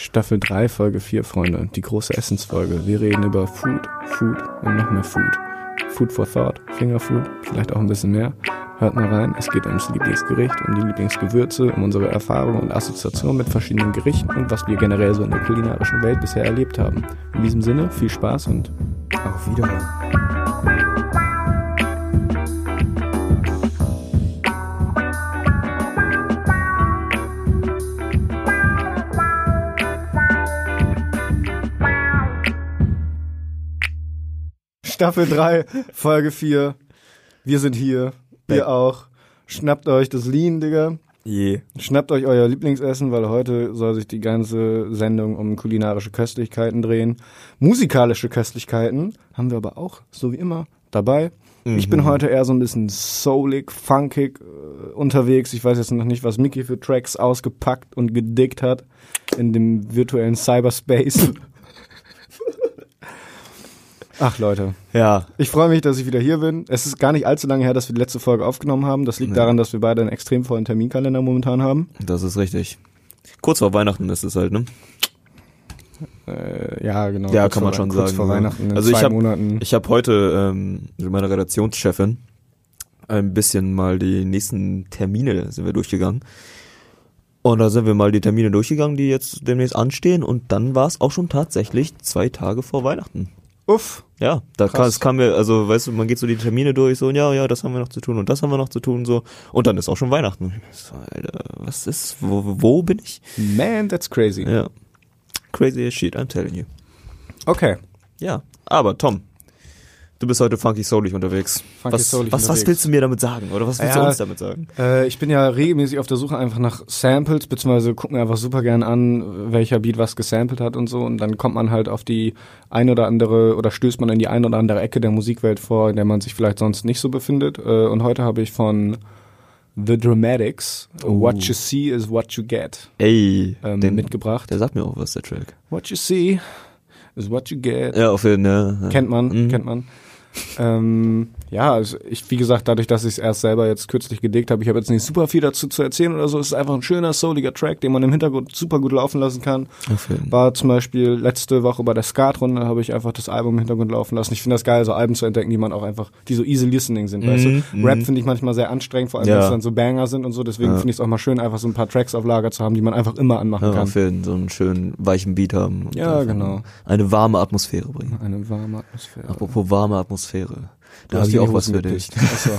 Staffel 3, Folge 4, Freunde. Die große Essensfolge. Wir reden über Food und noch mehr Food. Food for Thought, Fingerfood, vielleicht auch ein bisschen mehr. Hört mal rein, es geht ums Lieblingsgericht, um die Lieblingsgewürze, um unsere Erfahrungen und Assoziationen mit verschiedenen Gerichten und was wir generell so in der kulinarischen Welt bisher erlebt haben. In diesem Sinne, viel Spaß und auf Wiedersehen. Staffel 3, Folge 4. Wir sind hier. Ihr auch. Schnappt euch das Lean, Digga. Yeah. Schnappt euch euer Lieblingsessen, weil heute soll sich die ganze Sendung um kulinarische Köstlichkeiten drehen. Musikalische Köstlichkeiten haben wir aber auch, so wie immer, dabei. Ich bin heute eher so ein bisschen soulig, funkig unterwegs. Ich weiß jetzt noch nicht, was Mickey für Tracks ausgepackt und gedickt hat in dem virtuellen Cyberspace. Ach Leute, Ja. ich freue mich, dass ich wieder hier bin. Es ist gar nicht allzu lange her, dass wir die letzte Folge aufgenommen haben. Das liegt daran, dass wir beide einen extrem vollen Terminkalender momentan haben. Das ist richtig. Kurz vor Weihnachten ist es halt, ne? Ja, genau. Ja, kann man schon sagen. Kurz vor Weihnachten, in also 2 Monaten. Ich habe heute mit meiner Redaktionschefin ein bisschen mal die nächsten Termine sind wir durchgegangen. Und da sind wir mal die Termine durchgegangen, die jetzt demnächst anstehen. Und dann war es auch schon tatsächlich 2 Tage vor Weihnachten. Uff. Ja, es kam mir, also weißt du, man geht so die Termine durch, so, ja, das haben wir noch zu tun und das haben wir noch zu tun, so. Und dann ist auch schon Weihnachten. So, Alter, was ist, wo bin ich? Man, that's crazy. Ja. Crazy as shit, I'm telling you. Okay. Ja, aber Tom, du bist heute funky soulig unterwegs. Was willst du mir damit sagen? Oder was willst du uns damit sagen? Ich bin ja regelmäßig auf der Suche einfach nach Samples, beziehungsweise gucke mir einfach super gern an, welcher Beat was gesampelt hat und so. Und dann kommt man halt auf die ein oder andere, oder stößt man in die ein oder andere Ecke der Musikwelt vor, in der man sich vielleicht sonst nicht so befindet. Und heute habe ich von The Dramatics, What You See is What You Get, Ey, mitgebracht. Der sagt mir auch was, der Track. What you see is what you get. Ja, auf jeden Fall. Ja. Kennt man. Ja, also wie gesagt, dadurch, dass ich es erst selber jetzt kürzlich gedickt habe, ich habe jetzt nicht super viel dazu zu erzählen oder so, es ist einfach ein schöner, souliger Track, den man im Hintergrund super gut laufen lassen kann. War zum Beispiel letzte Woche bei der Skatrunde, habe ich einfach das Album im Hintergrund laufen lassen. Ich finde das geil, so Alben zu entdecken, die so easy listening sind, weißt du. Rap finde ich manchmal sehr anstrengend, vor allem wenn es dann so Banger sind und so, deswegen finde ich es auch mal schön, einfach so ein paar Tracks auf Lager zu haben, die man einfach immer anmachen kann. Auf jeden so einen schönen, weichen Beat haben. Und ja, genau. Eine warme Atmosphäre bringen. Eine warme Atmosphäre. Apropos warme Atmosphäre. Da habe ich auch was für dich. Achso.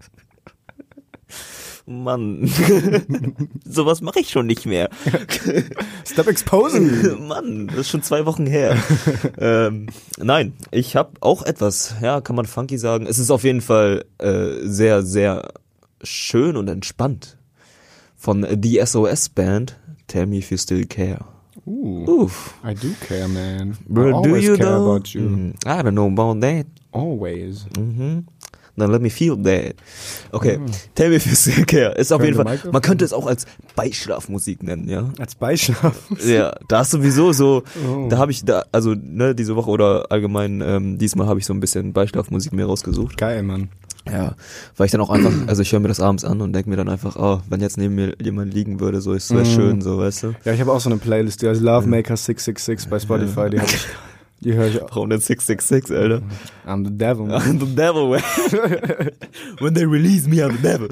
Mann, sowas mache ich schon nicht mehr. Stop exposing. Mann, das ist schon 2 Wochen her. Nein, ich habe auch etwas, ja, kann man funky sagen. Es ist auf jeden Fall sehr, sehr schön und entspannt. Von The SOS Band, Tell Me If You Still Care. Uff. I do care, man. But I do always you care though? about you. I don't know about that. Always. Then let me feel that. Okay, Tell Me If You Still Care ist auf jeden Fall, man könnte es auch als Beischlafmusik nennen, ja. Als Beischlaf? Ja, da ist sowieso so, da habe ich, also ne, diese Woche oder allgemein, diesmal habe ich so ein bisschen Beischlafmusik mir rausgesucht. Geil, Mann. Ja, weil ich dann auch einfach, also ich höre mir das abends an und denke mir dann einfach, wenn jetzt neben mir jemand liegen würde, so ist es schön, so, weißt du. Ja, ich habe auch so eine Playlist, die heißt Love Maker 666 bei Spotify, die höre ich auch. Warum denn 666, Alter? I'm the devil, man. I'm the devil, man. When they release me, I'm the devil.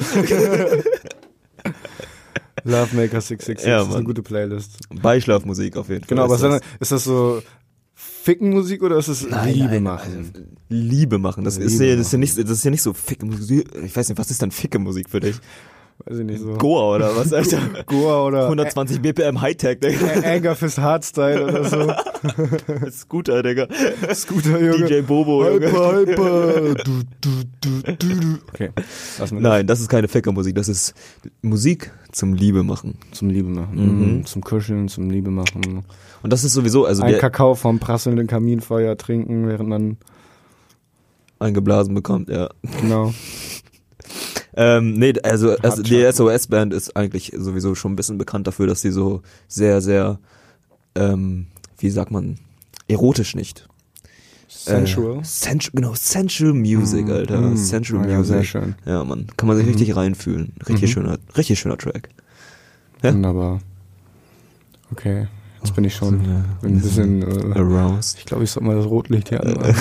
Love Maker 666, ja, das ist eine gute Playlist. Beischlafmusik auf jeden Fall. Genau, aber ist das so Fickenmusik oder ist es Liebe machen? Also, Liebe machen, das ist ja nicht so ficke Musik. Ich weiß nicht, was ist dann ficke Musik für dich? Weiß ich nicht so. Goa oder was, Alter? Goa oder 120 BPM Hightech, Digga. Anger fürs Hardstyle oder so. Scooter, Digga. Scooter, Junge. DJ Bobo, Junge. Hyper. Okay. Nein, das ist keine Fickermusik, das ist Musik zum Liebe machen. Zum Liebe machen. Zum Kuscheln, zum Liebe machen. Und das ist sowieso, also ein Kakao vom prasselnden Kaminfeuer trinken, während man eingeblasen bekommt, ja. Genau. Nee, also die SOS-Band ist eigentlich sowieso schon ein bisschen bekannt dafür, dass sie so sehr, sehr, wie sagt man, erotisch nicht. Sensual? Sensual Music, Alter. Sensual Music. Sehr schön. Ja, Mann, kann man sich richtig reinfühlen. Richtig schöner Track. Ja? Wunderbar. Okay. Jetzt bin ich schon ein bisschen aroused. Ich glaube, ich soll mal das Rotlicht hier anmachen.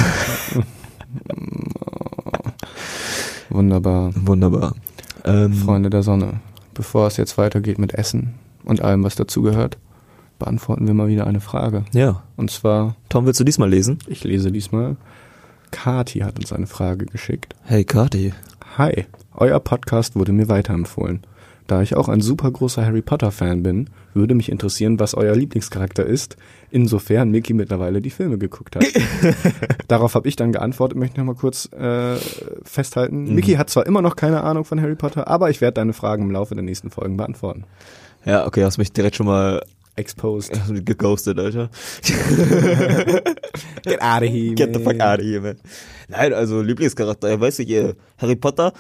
Wunderbar. Freunde der Sonne, bevor es jetzt weitergeht mit Essen und allem, was dazugehört, beantworten wir mal wieder eine Frage. Ja. Und zwar... Tom, willst du diesmal lesen? Ich lese diesmal. Kati hat uns eine Frage geschickt. Hey Kati. Hi, euer Podcast wurde mir weiterempfohlen. Da ich auch ein super großer Harry Potter Fan bin, würde mich interessieren, was euer Lieblingscharakter ist, insofern Mickey mittlerweile die Filme geguckt hat. Darauf habe ich dann geantwortet, möchte ich noch mal kurz festhalten. Mickey hat zwar immer noch keine Ahnung von Harry Potter, aber ich werde deine Fragen im Laufe der nächsten Folgen beantworten. Ja, okay, hast mich direkt schon mal exposed. Geghostet, Alter. Get out of here, Get the fuck out of here, man. Nein, also Lieblingscharakter, weißt du, Harry Potter?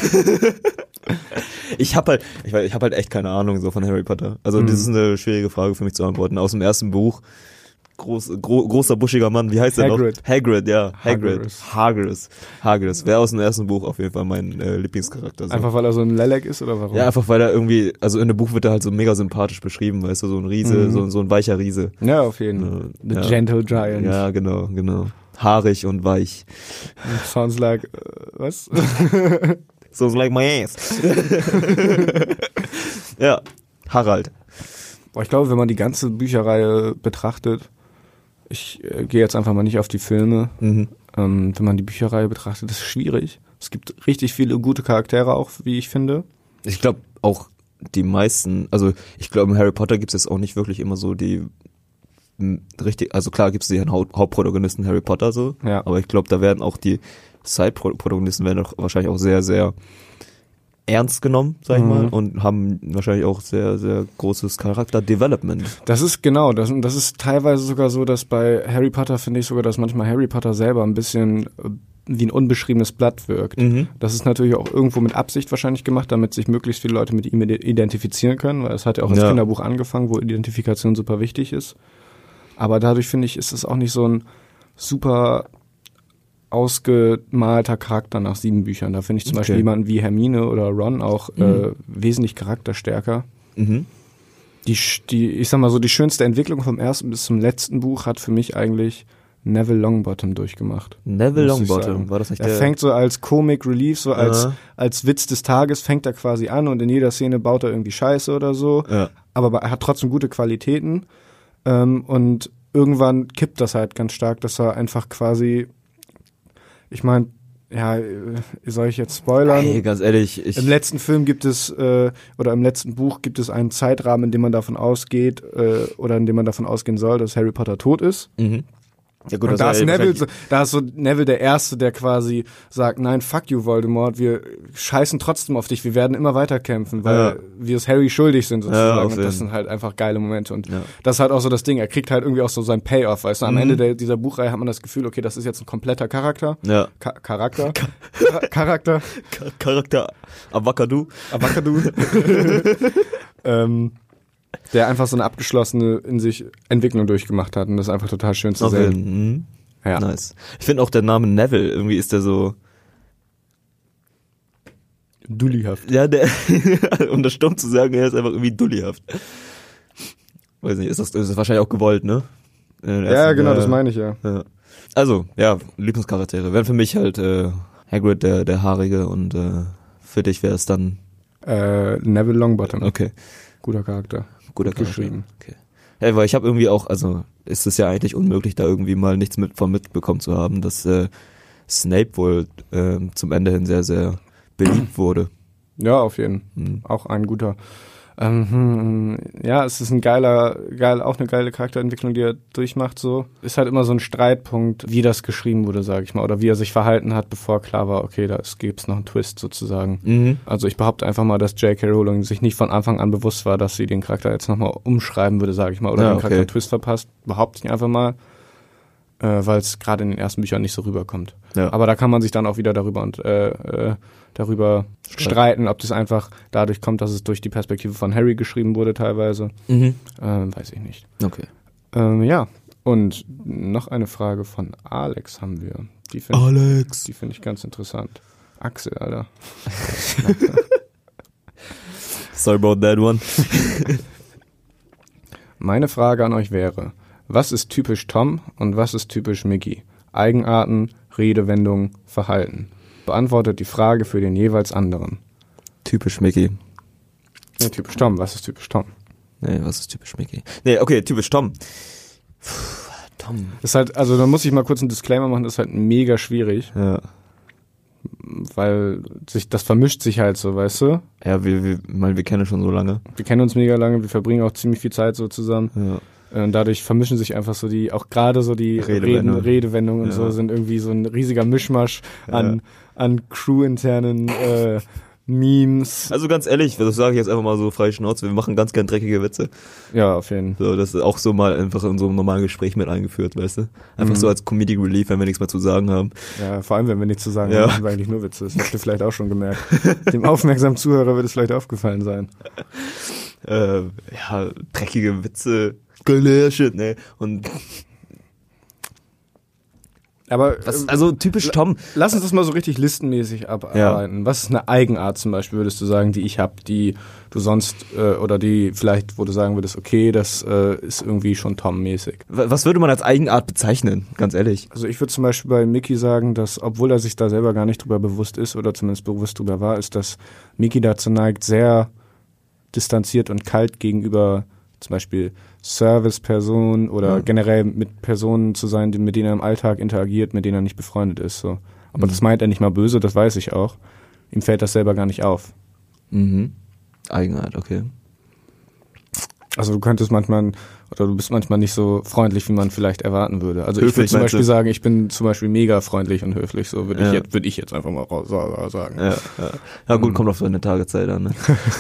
Ich hab halt echt keine Ahnung so von Harry Potter. Also das ist eine schwierige Frage für mich zu antworten. Aus dem ersten Buch, großer, buschiger Mann, wie heißt der noch? Hagrid, ja. Hagrid. Wäre aus dem ersten Buch auf jeden Fall mein Lieblingscharakter. So. Einfach weil er so ein Lelek ist oder warum? Ja, einfach weil er irgendwie, also in dem Buch wird er halt so mega sympathisch beschrieben, weißt du, so ein Riese, so ein weicher Riese. Ja, auf jeden Fall. The Gentle Giant. Ja, genau. Haarig und weich. Sounds like, was? Sounds like my ass. Ja, Harald. Boah, ich glaube, wenn man die ganze Bücherreihe betrachtet, ich gehe jetzt einfach mal nicht auf die Filme, wenn man die Bücherreihe betrachtet, ist es schwierig. Es gibt richtig viele gute Charaktere auch, wie ich finde. Ich glaube auch die meisten, also ich glaube, in Harry Potter gibt es jetzt auch nicht wirklich immer so die richtig, also klar gibt es den Hauptprotagonisten Harry Potter so, ja. Aber ich glaube, da werden auch die Side-Protagonisten werden auch wahrscheinlich auch sehr, sehr ernst genommen, sag ich mal, und haben wahrscheinlich auch sehr, sehr großes Charakter-Development. Das ist genau, das ist teilweise sogar so, dass bei Harry Potter finde ich sogar, dass manchmal Harry Potter selber ein bisschen wie ein unbeschriebenes Blatt wirkt. Das ist natürlich auch irgendwo mit Absicht wahrscheinlich gemacht, damit sich möglichst viele Leute mit ihm identifizieren können, weil es hat ja auch als Kinderbuch angefangen, wo Identifikation super wichtig ist. Aber dadurch finde ich, ist es auch nicht so ein super ausgemalter Charakter nach 7 Büchern. Da finde ich zum Beispiel jemanden wie Hermine oder Ron auch wesentlich charakterstärker. Die, ich sag mal so, die schönste Entwicklung vom ersten bis zum letzten Buch hat für mich eigentlich Neville Longbottom durchgemacht. Neville Longbottom, war das nicht der? Er fängt so als Comic Relief, so als Witz des Tages fängt er quasi an und in jeder Szene baut er irgendwie Scheiße oder so. Ja. Aber er hat trotzdem gute Qualitäten. Und irgendwann kippt das halt ganz stark, dass er einfach quasi, ich meine, ja, soll ich jetzt spoilern? Hey, ganz ehrlich, im letzten Film gibt es, oder im letzten Buch gibt es einen Zeitrahmen, in dem man davon ausgeht, oder in dem man davon ausgehen soll, dass Harry Potter tot ist. Ja gut, und da ist Neville der Erste, der quasi sagt, nein, fuck you, Voldemort, wir scheißen trotzdem auf dich, wir werden immer weiter kämpfen, weil wir es Harry schuldig sind sozusagen. Und das sind halt einfach geile Momente. Und das ist halt auch so das Ding, er kriegt halt irgendwie auch so sein Payoff, weißt du, am Ende dieser Buchreihe hat man das Gefühl, okay, das ist jetzt ein kompletter Charakter. Ja. Charakter. Avacadu. Der einfach so eine abgeschlossene in sich Entwicklung durchgemacht hat und das ist einfach total schön zu sehen. Ja. Nice. Ich finde auch der Name Neville, irgendwie ist der so dullihaft. Ja, um das stumm zu sagen, er ist einfach irgendwie dullihaft. Weiß nicht, ist das wahrscheinlich auch gewollt, ne? Ja, genau, das meine ich, ja. Also, ja, Lieblingscharaktere. Wären für mich halt Hagrid, der Haarige und für dich wäre es dann Neville Longbottom. Okay. Guter Charakter. Guter geschrieben. Okay. Ja, weil ich habe irgendwie auch, also ist es ja eigentlich unmöglich, da irgendwie mal nichts mitbekommen zu haben, dass Snape wohl zum Ende hin sehr, sehr beliebt wurde. Ja, auf jeden Fall. Auch ein guter. Ja, es ist auch eine geile Charakterentwicklung, die er durchmacht, so. Ist halt immer so ein Streitpunkt, wie das geschrieben wurde, sag ich mal, oder wie er sich verhalten hat, bevor klar war, okay, da gibt's noch einen Twist sozusagen. Also ich behaupte einfach mal, dass J.K. Rowling sich nicht von Anfang an bewusst war, dass sie den Charakter jetzt nochmal umschreiben würde, sag ich mal, oder den Charakter einen Twist verpasst. Behaupte ich einfach mal, weil es gerade in den ersten Büchern nicht so rüberkommt. Ja. Aber da kann man sich dann auch wieder darüber streiten, ob das einfach dadurch kommt, dass es durch die Perspektive von Harry geschrieben wurde teilweise. Weiß ich nicht. Okay. Ja, und noch eine Frage von Alex haben wir. Die finde ich ganz interessant. Axel, Alter. Sorry about that one. Meine Frage an euch wäre, was ist typisch Tom und was ist typisch Micky? Eigenarten, Redewendungen, Verhalten. Beantwortet die Frage für den jeweils anderen. Typisch Micky. Nee, typisch Tom. Was ist typisch Tom? Nee, was ist typisch Micky? Nee, okay, typisch Tom. Tom. Ist halt, also da muss ich mal kurz einen Disclaimer machen, das ist halt mega schwierig. Ja. Weil das vermischt sich halt so, weißt du? Ja, wir kennen schon so lange. Wir kennen uns mega lange, wir verbringen auch ziemlich viel Zeit so zusammen. Ja. Und dadurch vermischen sich einfach so auch gerade so die Redewendungen und so sind irgendwie so ein riesiger Mischmasch an Crew-internen Memes. Also ganz ehrlich, das sage ich jetzt einfach mal so frei Schnauze, wir machen ganz gern dreckige Witze. Ja, auf jeden Fall. So, das ist auch so mal einfach in so einem normalen Gespräch mit eingeführt, weißt du? Einfach so als Comedic Relief, wenn wir nichts mehr zu sagen haben. Ja, vor allem, wenn wir nichts zu sagen haben, machen wir eigentlich nur Witze. Das habt ihr vielleicht auch schon gemerkt. Dem aufmerksamen Zuhörer wird es vielleicht aufgefallen sein. Dreckige Witze, geiler Shit, ne? Und aber also typisch Tom. Lass uns das mal so richtig listenmäßig abarbeiten. Ja. Was ist eine Eigenart zum Beispiel, würdest du sagen, die ich habe, die du sonst oder die vielleicht, wo du sagen würdest, okay, das ist irgendwie schon Tom-mäßig. Was würde man als Eigenart bezeichnen, ganz ehrlich? Also ich würde zum Beispiel bei Micky sagen, dass, obwohl er sich da selber gar nicht drüber bewusst ist oder zumindest bewusst drüber war, ist, dass Micky dazu neigt, sehr distanziert und kalt gegenüber zum Beispiel Servicepersonen oder generell mit Personen zu sein, mit denen er im Alltag interagiert, mit denen er nicht befreundet ist. So. Aber das meint er nicht mal böse, das weiß ich auch. Ihm fällt das selber gar nicht auf. Mhm. Eigenart, okay. Also du könntest manchmal, oder du bist manchmal nicht so freundlich, wie man vielleicht erwarten würde. Also höflich, ich würde zum Beispiel sagen, ich bin zum Beispiel mega freundlich und höflich, so würde ich jetzt einfach mal sagen. Ja gut, kommt auf so eine Tageszeit an, ne?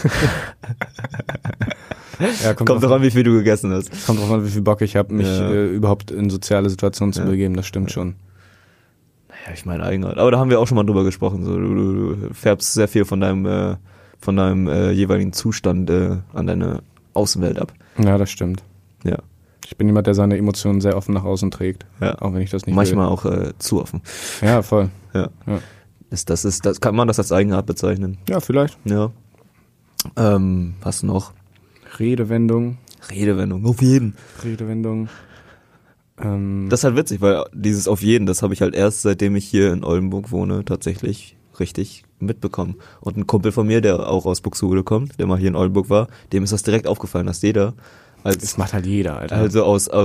Ja, kommt doch an, wie viel du gegessen hast. Kommt drauf an, wie viel Bock ich habe, mich überhaupt in soziale Situationen zu begeben, das stimmt schon. Naja, ich meine Eigenart. Aber da haben wir auch schon mal drüber gesprochen. So, du färbst sehr viel von deinem jeweiligen Zustand an deine Außenwelt ab. Ja, das stimmt. Ja. Ich bin jemand, der seine Emotionen sehr offen nach außen trägt. Ja. Auch wenn ich das nicht manchmal will. Auch zu offen. Ja, voll. Ja. Kann man das als Eigenart bezeichnen? Ja, vielleicht. Ja. Was noch? Redewendung, auf jeden. Redewendung. Das ist halt witzig, weil dieses auf jeden, das habe ich halt erst, seitdem ich hier in Oldenburg wohne, tatsächlich richtig mitbekommen. Und ein Kumpel von mir, der auch aus Buxtehude kommt, der mal hier in Oldenburg war, dem ist das direkt aufgefallen, dass jeder das macht halt jeder, Alter. Also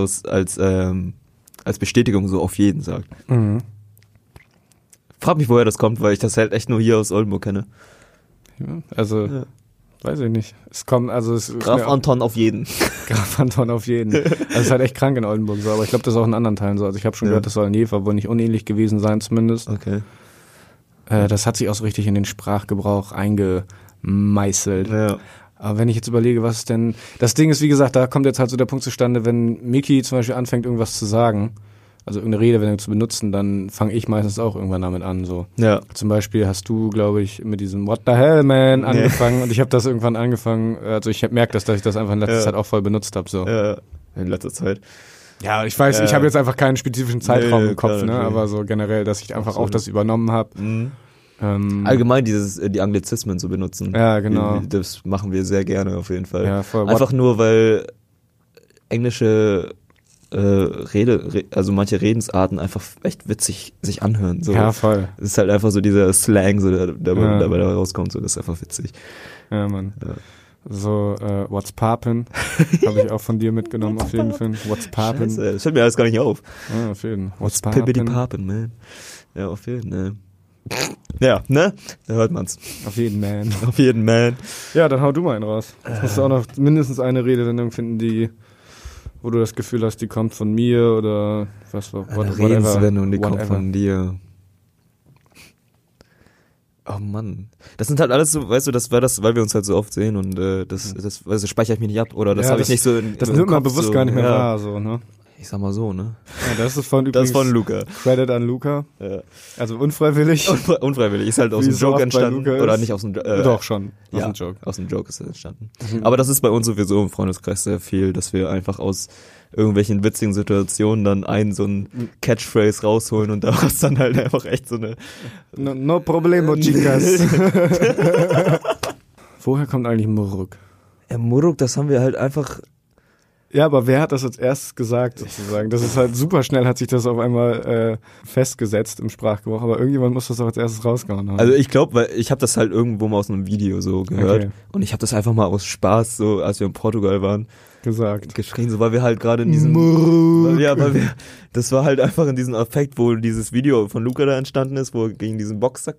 als Bestätigung so auf jeden sagt. Mhm. Frag mich, woher das kommt, weil ich das halt echt nur hier aus Oldenburg kenne. Ja, also weiß ich nicht. Graf Anton auf jeden. Graf Anton auf jeden. Das ist halt echt krank in Oldenburg so, aber ich glaube, das ist auch in anderen Teilen so. Also ich habe schon gehört, das soll in Jever wohl nicht unähnlich gewesen sein zumindest. Okay. Das hat sich auch so richtig in den Sprachgebrauch eingemeißelt. Ja. Aber wenn ich jetzt überlege, was ist denn... Das Ding ist, wie gesagt, da kommt jetzt halt so der Punkt zustande, wenn Micky zum Beispiel anfängt, irgendwas zu sagen, also irgendeine Redewendung zu benutzen, dann fange ich meistens auch irgendwann damit an. So. Ja. Zum Beispiel hast du, glaube ich, mit diesem What the hell, man angefangen und ich habe das irgendwann angefangen, also ich merke dass ich das einfach in letzter Zeit auch voll benutzt habe. So. Ja, in letzter Zeit. Ja, ich weiß, ich habe jetzt einfach keinen spezifischen Zeitraum im Kopf, klar, aber so generell, dass ich einfach auch das übernommen habe. Mhm. Allgemein die Anglizismen zu benutzen. Ja, genau. Das machen wir sehr gerne auf jeden Fall. Ja, voll. Einfach nur, weil englische also manche Redensarten einfach echt witzig sich anhören. So. Ja, voll. Es ist halt einfach so dieser Slang, so, der dabei rauskommt, so, das ist einfach witzig. Ja, Mann. Ja. So, What's Poppin'? Habe ich auch von dir mitgenommen, auf jeden Fall. What's Poppin'? Scheiße, das fällt mir alles gar nicht auf. Ja, auf jeden Fall. What's Poppin', man. Ja, auf jeden Fall, ne. Ja, ne? Da hört man's. Auf jeden Man. Auf jeden Man. Ja, dann hau du mal einen raus. Jetzt musst du auch noch mindestens eine Redewendung finden, wo du das Gefühl hast, die kommt von mir oder was auch immer. Eine Redenswendung, die kommt von dir. Oh Mann. Das sind halt alles so, weißt du, weil wir uns halt so oft sehen und das speichere ich mir nicht ab oder das habe ich nicht so in das nimmt man bewusst gar nicht mehr wahr, so, ne? Ich sag mal so, ne? Ja, das ist von Luca. Credit an Luca. Ja. Also unfreiwillig. Unfreiwillig. Ist halt aus dem Joke entstanden. Oder nicht aus dem doch schon. Aus dem Joke. Aus dem Joke ist es entstanden. Aber das ist bei uns sowieso im Freundeskreis sehr viel, dass wir einfach aus irgendwelchen witzigen Situationen dann so ein Catchphrase rausholen und daraus dann halt einfach echt so eine... No problemo, chicas. Woher kommt eigentlich Muruk? Muruk, das haben wir halt einfach... Ja, aber wer hat das als erstes gesagt, sozusagen? Das ist halt super schnell, hat sich das auf einmal festgesetzt im Sprachgebrauch, aber irgendjemand muss das auch als erstes rausgehauen haben. Also ich glaube, weil ich habe das halt irgendwo mal aus einem Video so gehört. Okay. Und ich habe das einfach mal aus Spaß, so als wir in Portugal waren, gesagt. geschrien, so weil wir halt gerade in diesem das war halt einfach in diesem Affekt, wo dieses Video von Luca da entstanden ist, wo er gegen diesen Boxsack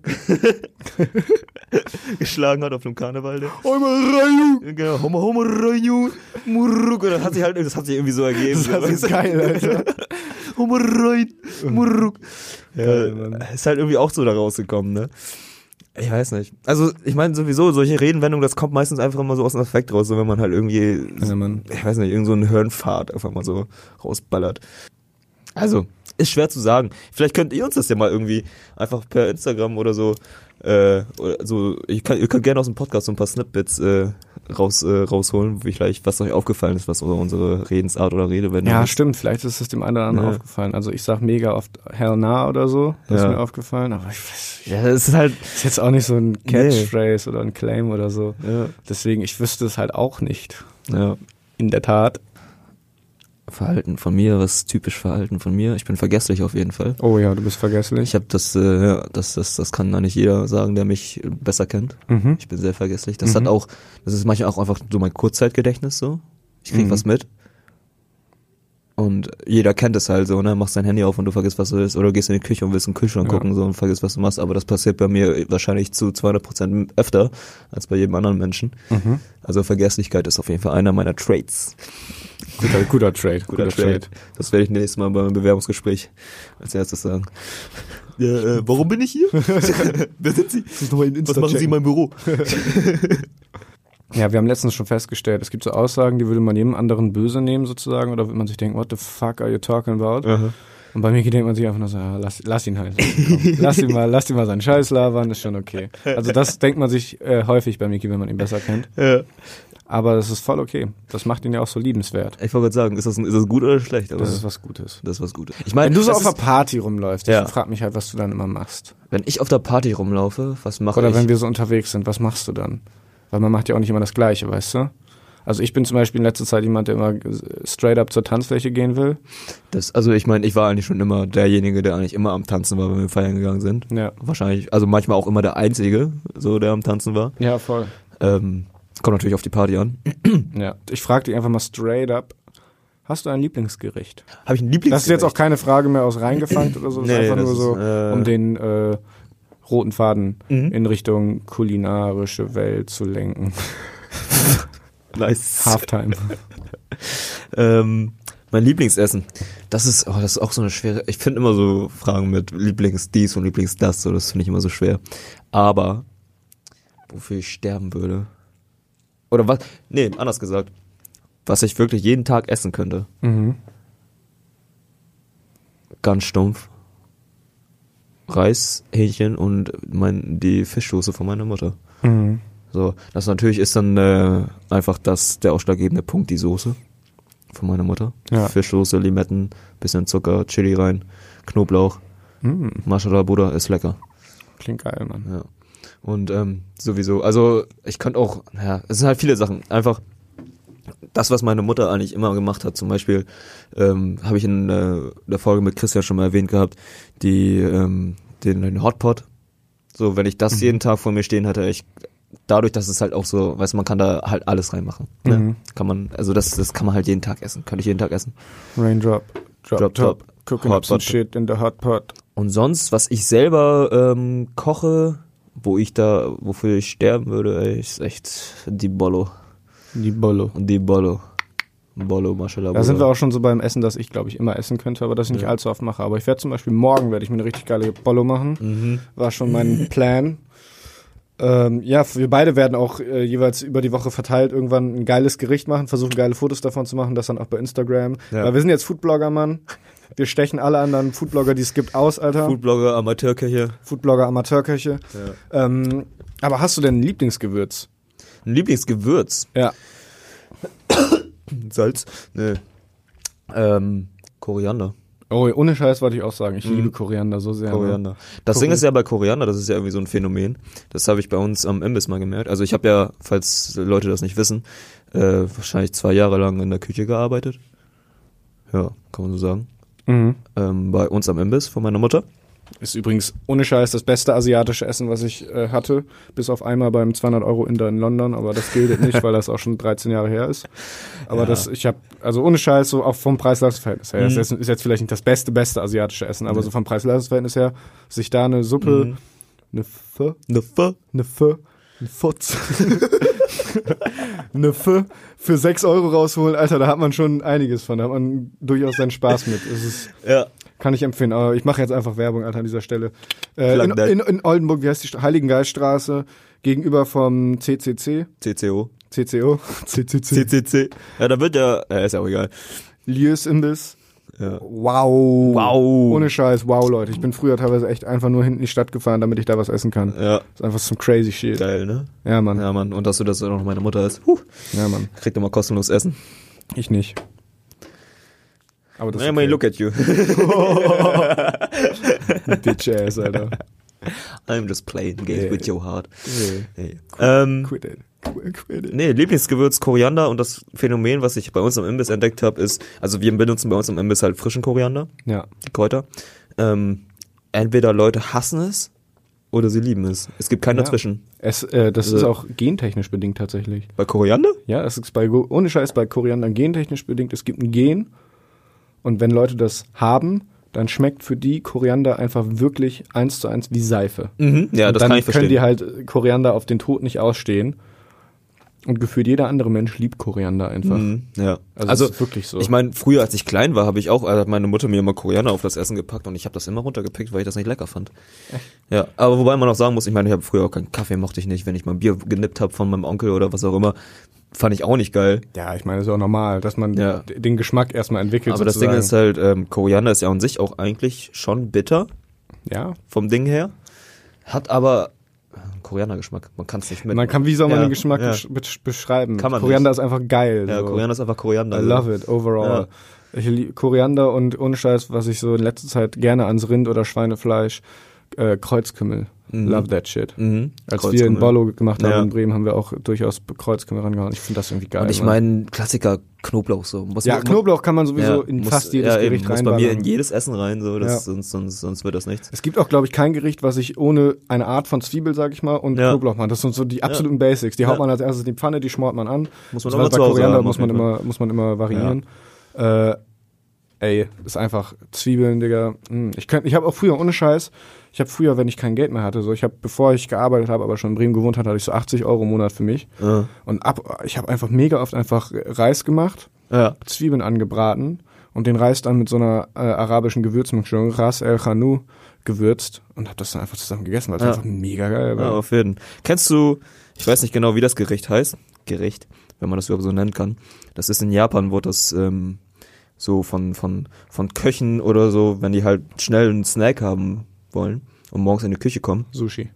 geschlagen hat auf dem Karneval. Genau, Homo Reinu, Muruk. Und das hat sich irgendwie so ergeben. Das ist geil, Alter. Homo Rein, Muruk. Ja, ist halt irgendwie auch so da rausgekommen, ne? Ich weiß nicht. Also, ich meine sowieso, solche Redewendungen, das kommt meistens einfach immer so aus dem Affekt raus, so wenn man halt irgendwie, ich weiß nicht, irgend so einen Hirnfahrt einfach mal so rausballert. Also, ist schwer zu sagen. Vielleicht könnt ihr uns das ja mal irgendwie einfach per Instagram oder so, oder so, ihr könnt gerne aus dem Podcast so ein paar Snippets rausholen, vielleicht, was euch aufgefallen ist, was unsere Redensart oder Redewendung ja, ist. stimmt, vielleicht ist es dem einen oder anderen aufgefallen. Also ich sag mega oft hell nah oder so, das ist mir aufgefallen, aber ich weiß, das ist halt, ist jetzt auch nicht so ein Catchphrase oder ein Claim oder so. Ja. Deswegen, ich wüsste es halt auch nicht. Ja. In der Tat. Verhalten von mir, was typisch Verhalten von mir. Ich bin vergesslich auf jeden Fall. Oh ja, du bist vergesslich. Ich habe das kann da nicht jeder sagen, der mich besser kennt. Mhm. Ich bin sehr vergesslich. Das ist manchmal auch einfach so mein Kurzzeitgedächtnis so. Ich krieg was mit. Und jeder kennt es halt so, ne? Machst dein Handy auf und du vergisst, was du willst. Oder gehst in die Küche und willst in den Kühlschrank gucken so und vergisst, was du machst. Aber das passiert bei mir wahrscheinlich zu 200% öfter als bei jedem anderen Menschen. Mhm. Also Vergesslichkeit ist auf jeden Fall einer meiner Traits. Guter Trade. Guter Trade. Das werde ich nächstes Mal beim Bewerbungsgespräch als erstes sagen. Ja, warum bin ich hier? Wer sind Sie? Das ist nochmal ein was machen Sie in meinem Büro? Ja, wir haben letztens schon festgestellt, es gibt so Aussagen, die würde man jedem anderen böse nehmen sozusagen, oder würde man sich denken, what the fuck are you talking about? Aha. Und bei mir denkt man sich einfach nur so, ja, lass ihn halt. Komm, lass ihn mal seinen Scheiß labern, ist schon okay. Also das denkt man sich häufig bei Miki, wenn man ihn besser kennt. Ja. Aber das ist voll okay. Das macht ihn ja auch so liebenswert. Ich wollte gerade sagen, ist das gut oder schlecht? Aber das ist was Gutes. Das ist was Gutes. Ich meine, wenn du so auf der Party rumläufst, ja. Ich frag mich halt, was du dann immer machst. Wenn ich auf der Party rumlaufe, was mache ich? Oder wenn wir so unterwegs sind, was machst du dann? Weil man macht ja auch nicht immer das Gleiche, weißt du? Also ich bin zum Beispiel in letzter Zeit jemand, der immer straight up zur Tanzfläche gehen will. Also ich meine, ich war eigentlich schon immer derjenige, der eigentlich immer am Tanzen war, wenn wir feiern gegangen sind. Ja. Wahrscheinlich, also manchmal auch immer der Einzige, so der am Tanzen war. Ja, voll. Kommt natürlich auf die Party an. Ja. Ich frage dich einfach mal straight up, hast du ein Lieblingsgericht? Habe ich ein Lieblingsgericht? Das ist jetzt auch keine Frage mehr aus reingefangen oder so, das ist einfach nur so, um den roten Faden in Richtung kulinarische Welt zu lenken. Nice. Halftime. Mein Lieblingsessen. Das ist auch so eine schwere. Ich finde immer so Fragen mit Lieblings-dies und Lieblings-das, so, das finde ich immer so schwer. Aber wofür ich sterben würde. Oder was? Nee, anders gesagt. Was ich wirklich jeden Tag essen könnte. Mhm. Ganz stumpf. Reis, Hähnchen und die Fischsoße von meiner Mutter. Mhm. So, das natürlich ist dann einfach der ausschlaggebende Punkt, die Soße von meiner Mutter. Ja. Fischsoße, Limetten, bisschen Zucker, Chili rein, Knoblauch. Mashallah, Bruder, ist lecker. Klingt geil, Mann. Ja. Und sowieso, also ich könnte auch, es sind halt viele Sachen. Einfach das, was meine Mutter eigentlich immer gemacht hat, zum Beispiel, habe ich in der Folge mit Christian schon mal erwähnt gehabt, den Hotpot. So, wenn ich das jeden Tag vor mir stehen hatte, dadurch, dass es halt auch so, weißt du, man kann da halt alles reinmachen. Ne? Kann man, also das kann man halt jeden Tag essen. Könnte ich jeden Tag essen. Raindrop, Drop Top, cooking up some shit in the hot pot. Und sonst, was ich selber koche, wofür ich sterben würde, ist echt die Bollo. Die Bollo. Bollo, Mashallah. Da sind wir auch schon so beim Essen, das ich, glaube ich, immer essen könnte, aber das ich nicht allzu oft mache. Aber ich werde zum Beispiel morgen ich mir eine richtig geile Bollo machen. War schon mein Plan. Wir beide werden auch jeweils über die Woche verteilt irgendwann ein geiles Gericht machen, versuchen geile Fotos davon zu machen, das dann auch bei Instagram. Ja. Weil wir sind jetzt Foodblogger, Mann. Wir stechen alle anderen Foodblogger, die es gibt, aus, Alter. Foodblogger, Amateurköche. Ja. Aber hast du denn ein Lieblingsgewürz? Ein Lieblingsgewürz? Ja. Salz? Nee. Koriander. Oh, ohne Scheiß wollte ich auch sagen. Ich liebe Koriander so sehr. Koriander. Das Ding ist ja bei Koriander, das ist ja irgendwie so ein Phänomen. Das habe ich bei uns am Imbiss mal gemerkt. Also ich habe ja, falls Leute das nicht wissen, wahrscheinlich 2 Jahre lang in der Küche gearbeitet. Ja, kann man so sagen. Bei uns am Imbiss von meiner Mutter. Ist übrigens ohne Scheiß das beste asiatische Essen, was ich hatte. Bis auf einmal beim 200-Euro-Inder in London, aber das gilt nicht, weil das auch schon 13 Jahre her ist. Aber also ohne Scheiß, so auch vom Preis-Leistungs-Verhältnis her. Das ist jetzt vielleicht nicht das beste asiatische Essen, aber so vom Preis-Leistungs-Verhältnis her, sich da eine Suppe, eine Futz, eine für 6 Euro rausholen, Alter, da hat man schon einiges von, da hat man durchaus seinen Spaß mit. Es ist, kann ich empfehlen, aber ich mache jetzt einfach Werbung, Alter, an dieser Stelle. In Oldenburg, wie heißt die Heiligengeiststraße, gegenüber vom CCC. CCO. CCC. Ja, da wird ist ja auch egal. Lies Imbiss. Ja. Wow. Ohne Scheiß, wow, Leute. Ich bin früher teilweise echt einfach nur hinten in die Stadt gefahren, damit ich da was essen kann. Ja. Das ist einfach so crazy shit. Geil, ne? Ja, Mann. Ja, Mann. Und dass du das auch noch meine Mutter ist. Ja, Mann. Kriegt immer kostenlos Essen. Ich nicht. Aber das ist okay. Look at you. Bitch ass, Alter. I'm just playing games with your heart. Quit it. Nee, Lieblingsgewürz Koriander und das Phänomen, was ich bei uns am Imbiss entdeckt habe, ist, also wir benutzen bei uns am Imbiss halt frischen Koriander, die Kräuter. Entweder Leute hassen es oder sie lieben es. Es gibt kein Dazwischen. Das ist auch gentechnisch bedingt tatsächlich. Bei Koriander? Ja, es ist ohne Scheiß bei Koriander gentechnisch bedingt. Es gibt ein Gen und wenn Leute das haben, dann schmeckt für die Koriander einfach wirklich 1:1 wie Seife. Ja, das kann ich verstehen. Dann können die halt Koriander auf den Tod nicht ausstehen. Und gefühlt jeder andere Mensch liebt Koriander einfach. Ja. Also ist wirklich so. Ich meine, früher, als ich klein war, hat meine Mutter mir immer Koriander auf das Essen gepackt und ich habe das immer runtergepickt, weil ich das nicht lecker fand. Echt? Ja, aber wobei man auch sagen muss, ich meine, ich habe früher auch keinen Kaffee, mochte ich nicht. Wenn ich mal Bier genippt habe von meinem Onkel oder was auch immer, fand ich auch nicht geil. Ja, ich meine, das ist auch normal, dass man den Geschmack erstmal entwickelt. Aber sozusagen. Das Ding ist halt, Koriander ist ja an sich auch eigentlich schon bitter. Ja. Vom Ding her. Hat aber Koriandergeschmack. Man kann es nicht mit. Wie soll man den Geschmack beschreiben? Kann man Koriander nicht. ist einfach geil. Ja, so. Koriander ist einfach Koriander. I love it, overall. Ja. Ich liebe Koriander und ohne Scheiß, was ich so in letzter Zeit gerne ans Rind- oder Schweinefleisch, Kreuzkümmel. Love that shit. Als wir in Bollo gemacht haben in Bremen, haben wir auch durchaus Kreuzkümmel rangehauen. Ich finde das irgendwie geil. Und ich meine, Klassiker Knoblauch so. Knoblauch kann man sowieso in fast jedes Gericht reinballern. Muss bei mir in jedes Essen rein, so, sonst wird das nichts. Es gibt auch, glaube ich, kein Gericht, was ich ohne eine Art von Zwiebel, sag ich mal, und Knoblauch mache. Das sind so die absoluten Basics. Die haut man als erstes in die Pfanne, die schmort man an. Muss man immer bei Koriander muss man immer variieren. Ist einfach Zwiebeln, Digga. Ich habe auch früher, ohne Scheiß, wenn ich kein Geld mehr hatte, bevor ich gearbeitet habe, aber schon in Bremen gewohnt hatte ich so 80 Euro im Monat für mich. Und ich habe einfach mega oft einfach Reis gemacht, Zwiebeln angebraten und den Reis dann mit so einer arabischen Gewürzmischung, Ras El Khanu, gewürzt und habe das dann einfach zusammen gegessen, weil es einfach mega geil war. Ja, auf jeden Fall. Kennst du, ich weiß nicht genau, wie das Gericht heißt, wenn man das überhaupt so nennen kann. Das ist in Japan, wo das so von Köchen oder so, wenn die halt schnell einen Snack haben wollen und morgens in die Küche kommen. Sushi.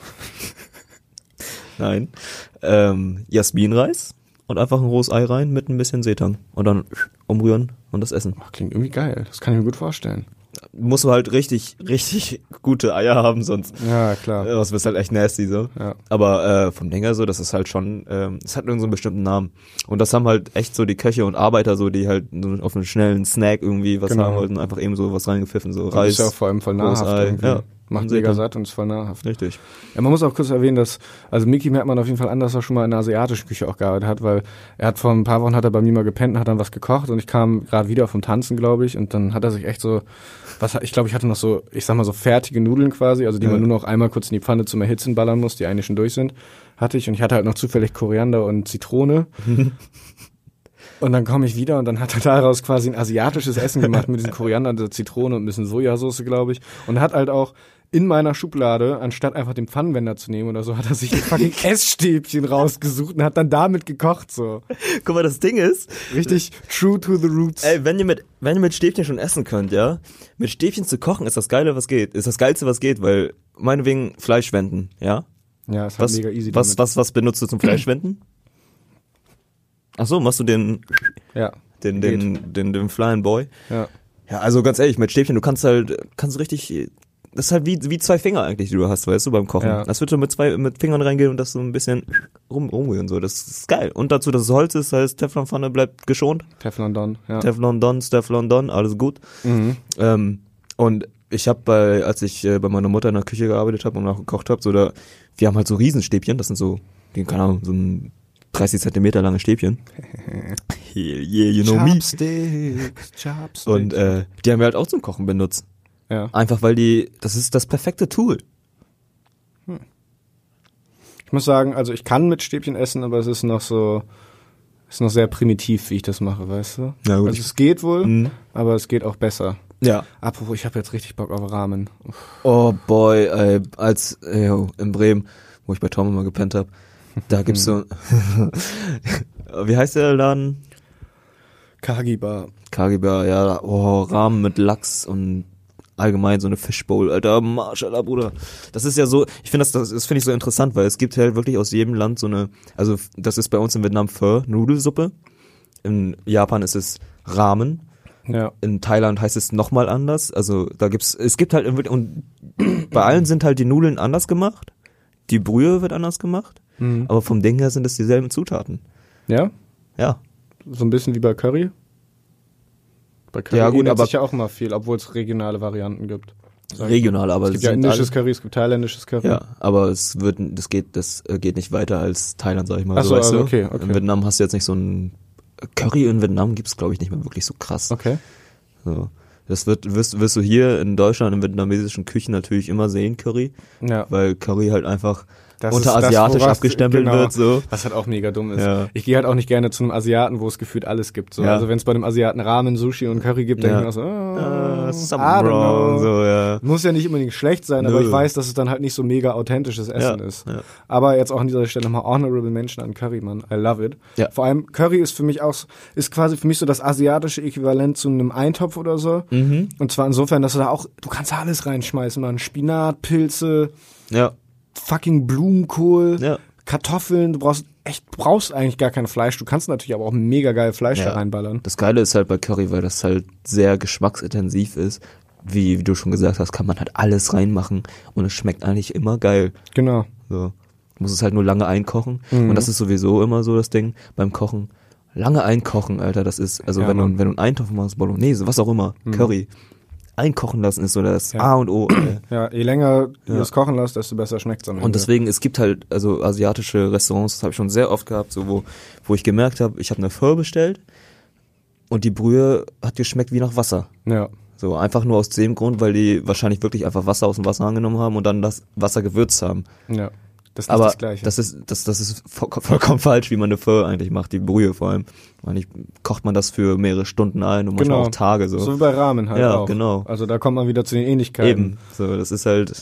Nein. Jasminreis und einfach ein rohes Ei rein mit ein bisschen Seetang und dann umrühren und das essen. Klingt irgendwie geil. Das kann ich mir gut vorstellen. Musst du halt richtig, richtig gute Eier haben, sonst. Ja, klar. Das wird halt echt nasty, so. Ja. Aber vom Ding her so, das ist halt schon, es hat irgend so einen bestimmten Namen. Und das haben halt echt so die Köche und Arbeiter so, die halt so auf einen schnellen Snack irgendwie was haben wollten, einfach eben so was reingepfiffen, so Reis. Das ist ja auch vor allem voll nahrhaft. Ja. Macht mega satt und ist voll nahrhaft. Richtig. Ja, man muss auch kurz erwähnen, dass, also Miki merkt man auf jeden Fall an, dass er schon mal in der asiatischen Küche auch gearbeitet hat, weil er hat vor ein paar Wochen bei mir mal gepennt und hat dann was gekocht und ich kam gerade wieder vom Tanzen, glaube ich, und dann hat er sich echt so, ich glaube, ich hatte noch so, ich sag mal so fertige Nudeln quasi, also die man nur noch einmal kurz in die Pfanne zum Erhitzen ballern muss, die eigentlich schon durch sind, hatte ich und ich hatte halt noch zufällig Koriander und Zitrone. Und dann komme ich wieder und dann hat er daraus quasi ein asiatisches Essen gemacht mit diesen Koriander, der Zitrone und ein bisschen Sojasauce, glaube ich. Und hat halt auch in meiner Schublade, anstatt einfach den Pfannenwender zu nehmen oder so, hat er sich ein fucking Essstäbchen rausgesucht und hat dann damit gekocht, so. Guck mal, das Ding ist... Richtig true to the roots. Ey, wenn ihr mit Stäbchen schon essen könnt, ja, mit Stäbchen zu kochen ist das Geile, was geht. Ist das Geilste, was geht, weil meinetwegen Fleisch wenden, ja? Ja, ist halt mega easy damit. Was benutzt du zum Fleischwenden? Ach so, machst du den Flying Boy? Ja. Ja, also ganz ehrlich, mit Stäbchen, du kannst richtig, das ist halt wie 2 Finger eigentlich, die du hast, weißt du, beim Kochen. Ja. Das wird schon mit Fingern reingehen und das so ein bisschen rumrühren, so. Das ist geil. Und dazu, dass es Holz ist, heißt Teflonpfanne bleibt geschont. Teflon Don, ja. Teflon Don, alles gut. Mhm. Und ich habe als ich bei meiner Mutter in der Küche gearbeitet habe und auch gekocht habe, wir haben halt so Riesenstäbchen, das sind so, keine Ahnung, so ein 30 Zentimeter lange Stäbchen. Yeah, you know me. Chopsticks. Und die haben wir halt auch zum Kochen benutzt. Ja. Einfach weil das ist das perfekte Tool. Ich muss sagen, also ich kann mit Stäbchen essen, aber es ist noch sehr primitiv, wie ich das mache, weißt du? Ja, gut. Also es geht wohl, aber es geht auch besser. Ja. Apropos, ich habe jetzt richtig Bock auf Ramen. Oh boy, ey, in Bremen, wo ich bei Tom immer gepennt habe, da gibt's so, wie heißt der Laden? Kagibar. Kagibar, ja, Ramen mit Lachs und allgemein so eine Fishbowl, Alter, Mashallah, Bruder. Das ist ja so, ich finde das finde ich so interessant, weil es gibt halt wirklich aus jedem Land also das ist bei uns in Vietnam Pho, Nudelsuppe, in Japan ist es Ramen, Ja. in Thailand heißt es nochmal anders, also es gibt halt, und bei allen sind halt die Nudeln anders gemacht, die Brühe wird anders gemacht, aber vom Ding her sind es dieselben Zutaten. Ja? Ja. So ein bisschen wie bei Curry? Bei Curry Ja, gut, ändert aber sich ja auch immer viel, obwohl es regionale Varianten gibt. Regional, aber Es gibt ja indisches Curry, es gibt thailändisches Curry. Ja, aber das geht nicht weiter als Thailand, sag ich mal. Ach so, weißt du? okay. In Vietnam hast du jetzt nicht so ein Curry in Vietnam gibt's glaube ich nicht mehr wirklich so krass. Okay. So. Das wirst du hier in Deutschland in vietnamesischen Küchen natürlich immer sehen, Curry. Ja. Weil Curry halt einfach Das unter ist das, asiatisch woraus- abgestempelt genau, wird, so. Was halt auch mega dumm ist. Ja. Ich gehe halt auch nicht gerne zu einem Asiaten, wo es gefühlt alles gibt. So. Ja. Also wenn es bei einem Asiaten Ramen, Sushi und Curry gibt, denke ich mir auch so, Something I don't wrong, know. so, ja. Muss ja nicht unbedingt schlecht sein, aber Nö. ich weiß, dass es dann halt nicht so mega authentisches Essen ist. Ja. Aber jetzt auch an dieser Stelle nochmal honorable Mention an Curry, Mann. I love it. Ja. Vor allem Curry ist für mich ist quasi für mich so das asiatische Äquivalent zu einem Eintopf oder so. Und zwar insofern, dass du kannst da alles reinschmeißen, Mann. Spinat, Pilze, Ja. fucking Blumenkohl, Ja. Kartoffeln. Du brauchst eigentlich gar kein Fleisch. Du kannst natürlich aber auch mega geil Fleisch da reinballern. Das Geile ist halt bei Curry, weil das halt sehr geschmacksintensiv ist. Wie du schon gesagt hast, kann man halt alles reinmachen und es schmeckt eigentlich immer geil. Genau. So. Du musst es halt nur lange einkochen. Und das ist sowieso immer so das Ding beim Kochen. Lange einkochen, Alter, das ist, also Ja, wenn du Mann. einen Eintopf machst, Bolognese, was auch immer, Curry, einkochen lassen ist so das A und O. Ja, je länger du es kochen lässt, desto besser schmeckt's am Ende. Und deswegen, es gibt halt, also asiatische Restaurants, das habe ich schon sehr oft gehabt, so wo ich gemerkt habe, ich habe eine Pho bestellt und die Brühe hat geschmeckt wie nach Wasser. Ja. So, einfach nur aus dem Grund, weil die wahrscheinlich wirklich einfach Wasser aus dem Wasser angenommen haben und dann das Wasser gewürzt haben. Ja. Das ist nicht Aber das Gleiche. das ist vollkommen falsch, wie man eine Pho eigentlich macht, die Brühe vor allem. Eigentlich kocht man das für mehrere Stunden ein und manchmal auch Tage so. So wie bei Ramen halt Ja, auch. genau. Also da kommt man wieder zu den Ähnlichkeiten. Eben, so, das ist halt,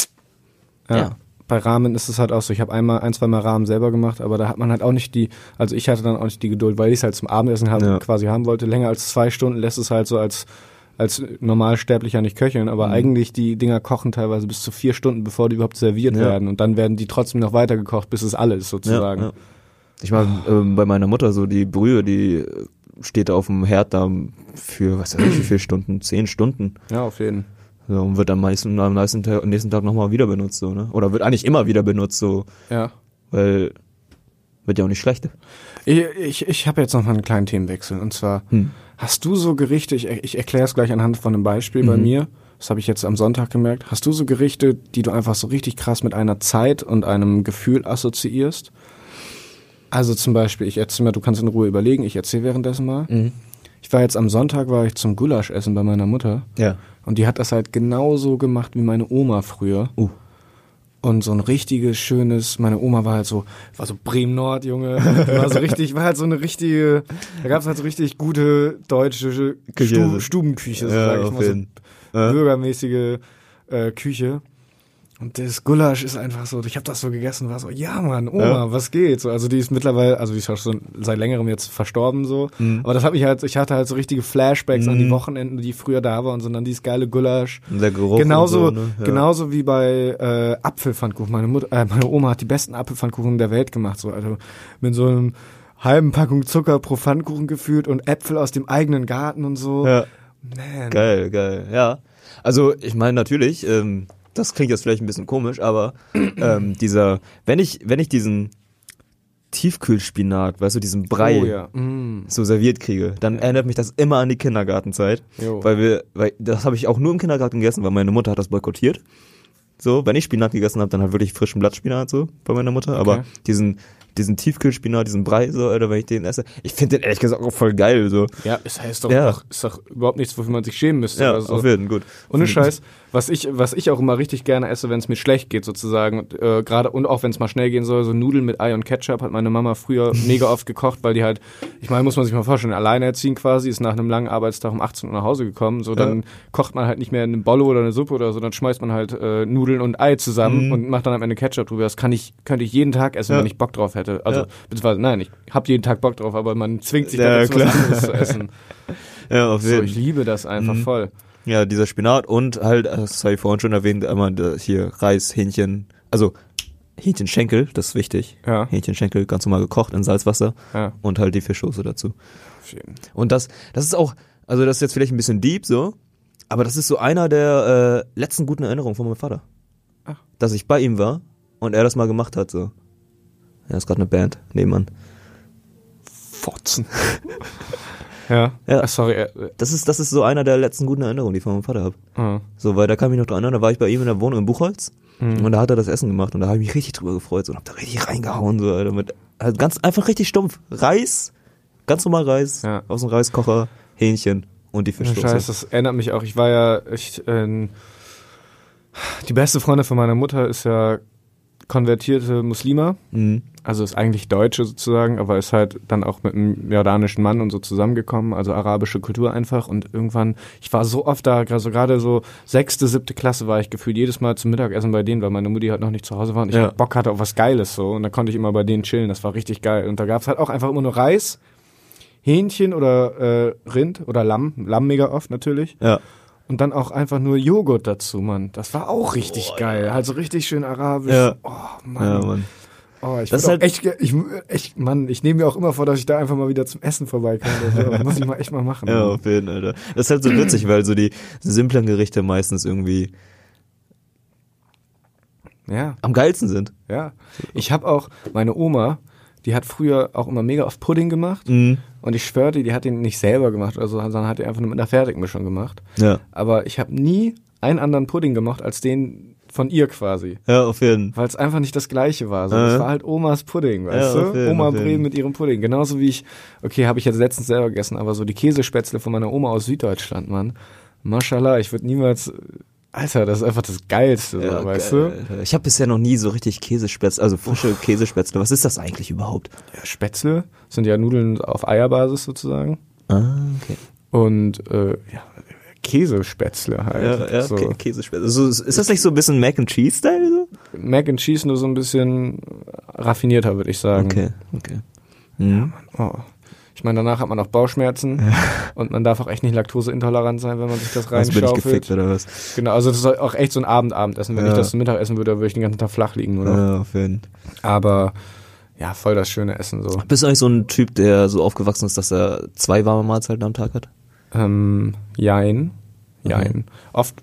ja. Bei Ramen ist es halt auch so, ich habe ein, zweimal Ramen selber gemacht, aber da hat man halt auch nicht also ich hatte dann auch nicht die Geduld, weil ich es halt zum Abendessen quasi haben wollte. Länger als 2 Stunden lässt es halt so als Normalsterblicher nicht köcheln, aber eigentlich die Dinger kochen teilweise bis zu 4 Stunden, bevor die überhaupt serviert werden. Und dann werden die trotzdem noch weiter gekocht, bis es alle ist sozusagen. Ja. Ich meine, bei meiner Mutter so die Brühe, die steht auf dem Herd da für, was weiß ich, wie viele Stunden? 10 Stunden. Ja, auf jeden Fall. So, und wird am nächsten Tag nochmal wieder benutzt, so, ne? Oder wird eigentlich immer wieder benutzt, so. Ja. Weil, wird ja auch nicht schlecht. Ich habe jetzt noch mal einen kleinen Themenwechsel. Und zwar, hast du so Gerichte, ich erkläre es gleich anhand von einem Beispiel bei mir, das habe ich jetzt am Sonntag gemerkt, hast du so Gerichte, die du einfach so richtig krass mit einer Zeit und einem Gefühl assoziierst? Also zum Beispiel, ich erzähle mal, du kannst in Ruhe überlegen, ich erzähle währenddessen mal. Ich war jetzt am Sonntag, zum Gulasch essen bei meiner Mutter. Ja. Und die hat das halt genauso gemacht wie meine Oma früher. Und so ein richtiges, schönes, meine Oma war so Bremen-Nord, Junge. War halt so eine richtige, da gab es halt so richtig gute deutsche Stubenküche, so sag ich mal, so bürgermäßige Küche. Und das Gulasch ist einfach so, ich habe das so gegessen, war so, ja Mann, Oma, was geht? So, also die ist mittlerweile, also die ist auch schon seit längerem jetzt verstorben so, aber das hat mich halt, ich hatte halt so richtige Flashbacks an die Wochenenden, die früher da waren, sondern dieses geile Gulasch. Und der Geruch Genauso, und so, ne? Ja. genauso wie bei Apfelpfannkuchen. Meine Oma hat die besten Apfelpfannkuchen der Welt gemacht, so, also mit so einem halben Packung Zucker pro Pfannkuchen gefühlt und Äpfel aus dem eigenen Garten und so. Ja. Man. Geil, ja. Also, ich meine natürlich, das klingt jetzt vielleicht ein bisschen komisch, aber wenn ich diesen Tiefkühlspinat, weißt du, diesen Brei so serviert kriege, dann erinnert mich das immer an die Kindergartenzeit, weil das habe ich auch nur im Kindergarten gegessen, weil meine Mutter hat das boykottiert. So, wenn ich Spinat gegessen habe, dann halt wirklich frischen Blattspinat so bei meiner Mutter, aber diesen Tiefkühlspinat, diesen Brei, so, oder wenn ich den esse, ich finde den ehrlich gesagt auch voll geil, so. Ja, es heißt doch auch, ist doch überhaupt nichts, wofür man sich schämen müsste. Ja, oder so. auf jeden Fall, gut. Ohne Scheiß, was ich auch immer richtig gerne esse, wenn es mir schlecht geht, sozusagen, gerade und auch wenn es mal schnell gehen soll, so Nudeln mit Ei und Ketchup hat meine Mama früher mega oft gekocht, weil die halt, ich meine, muss man sich mal vorstellen, alleine erziehen quasi, ist nach einem langen Arbeitstag um 18 Uhr nach Hause gekommen, so, dann kocht man halt nicht mehr eine Bolle oder eine Suppe oder so, dann schmeißt man halt Nudeln und Ei zusammen und macht dann am Ende Ketchup drüber. Das könnte ich jeden Tag essen, wenn ich Bock drauf hätte. Also, beziehungsweise, nein, ich habe jeden Tag Bock drauf, aber man zwingt sich dazu, was anderes zu essen. Ja, auf jeden Fall. So, ich liebe das einfach voll. Ja, dieser Spinat und halt, das habe ich vorhin schon erwähnt, einmal hier Reis, Hähnchen, also Hähnchenschenkel, das ist wichtig. Ja. Hähnchenschenkel ganz normal gekocht in Salzwasser und halt die Fischsoße dazu. Und das ist auch, also das ist jetzt vielleicht ein bisschen deep so, aber das ist so einer der letzten guten Erinnerungen von meinem Vater. Ach. Dass ich bei ihm war und er das mal gemacht hat so. Ja, ist gerade eine Band nebenan. Fotzen. Ja. Sorry. Das ist so einer der letzten guten Erinnerungen, die ich von meinem Vater habe. So, weil da kam ich noch dran, da war ich bei ihm in der Wohnung in Buchholz und da hat er das Essen gemacht und da habe ich mich richtig drüber gefreut so, und hab da richtig reingehauen so, Alter, mit halt ganz einfach richtig stumpf Reis, ganz normal Reis aus dem Reiskocher, Hähnchen und die Fischsoße. Scheiße, das erinnert mich auch. Ich war ja die beste Freundin von meiner Mutter ist ja konvertierte Muslima, also ist eigentlich Deutsche sozusagen, aber ist halt dann auch mit einem jordanischen Mann und so zusammengekommen, also arabische Kultur einfach, und irgendwann, ich war so oft da, also gerade so 6., 7. Klasse war ich gefühlt jedes Mal zum Mittagessen bei denen, weil meine Mutti halt noch nicht zu Hause war und ich Bock hatte auf was Geiles so, und dann konnte ich immer bei denen chillen, das war richtig geil, und da gab's halt auch einfach immer nur Reis, Hähnchen oder Rind oder Lamm mega oft natürlich. Ja. Und dann auch einfach nur Joghurt dazu, Mann. Das war auch richtig geil. Also richtig schön arabisch. Ja. Oh, Mann. Ja, Mann. Oh, ich würde echt, Mann, ich nehme mir auch immer vor, dass ich da einfach mal wieder zum Essen vorbeikomme. Das muss ich mal echt mal machen. Ja, auf jeden Fall, Alter. Das ist halt so witzig, weil so die simplen Gerichte meistens irgendwie am geilsten sind. Ja. Ich habe auch meine Oma, die hat früher auch immer mega oft Pudding gemacht. Und ich schwöre dir, die hat den nicht selber gemacht oder so, sondern hat den einfach nur mit einer Fertigmischung gemacht. Ja. Aber ich habe nie einen anderen Pudding gemacht als den von ihr quasi. Ja, auf jeden Fall. Weil es einfach nicht das Gleiche war. So. Das war halt Omas Pudding, weißt du? Oma Bremen mit ihrem Pudding. Genauso wie habe ich jetzt letztens selber gegessen, aber so die Käsespätzle von meiner Oma aus Süddeutschland, Mann. Mashallah, ich würde niemals... Alter, das ist einfach das Geilste, so, weißt du? Ich habe bisher noch nie so richtig Käsespätzle, also frische Käsespätzle. Was ist das eigentlich überhaupt? Ja, Spätzle sind ja Nudeln auf Eierbasis sozusagen. Ah, okay. Und Käsespätzle halt. Ja, okay, Käsespätzle. Also, ist das nicht so ein bisschen Mac and Cheese-Style? So? Mac and Cheese nur so ein bisschen raffinierter, würde ich sagen. Okay. Ja, Mann, oh. Ich meine, danach hat man auch Bauchschmerzen und man darf auch echt nicht laktoseintolerant sein, wenn man sich das reinschaufelt. Bin ich gefickt oder was? Genau, also das ist auch echt so ein Abendessen. Wenn ich das zum Mittag essen würde, würde ich den ganzen Tag flach liegen, oder? Ja, auf jeden Fall. Aber ja, voll das schöne Essen so. Bist du eigentlich so ein Typ, der so aufgewachsen ist, dass er 2 warme Mahlzeiten am Tag hat? Jein. Oft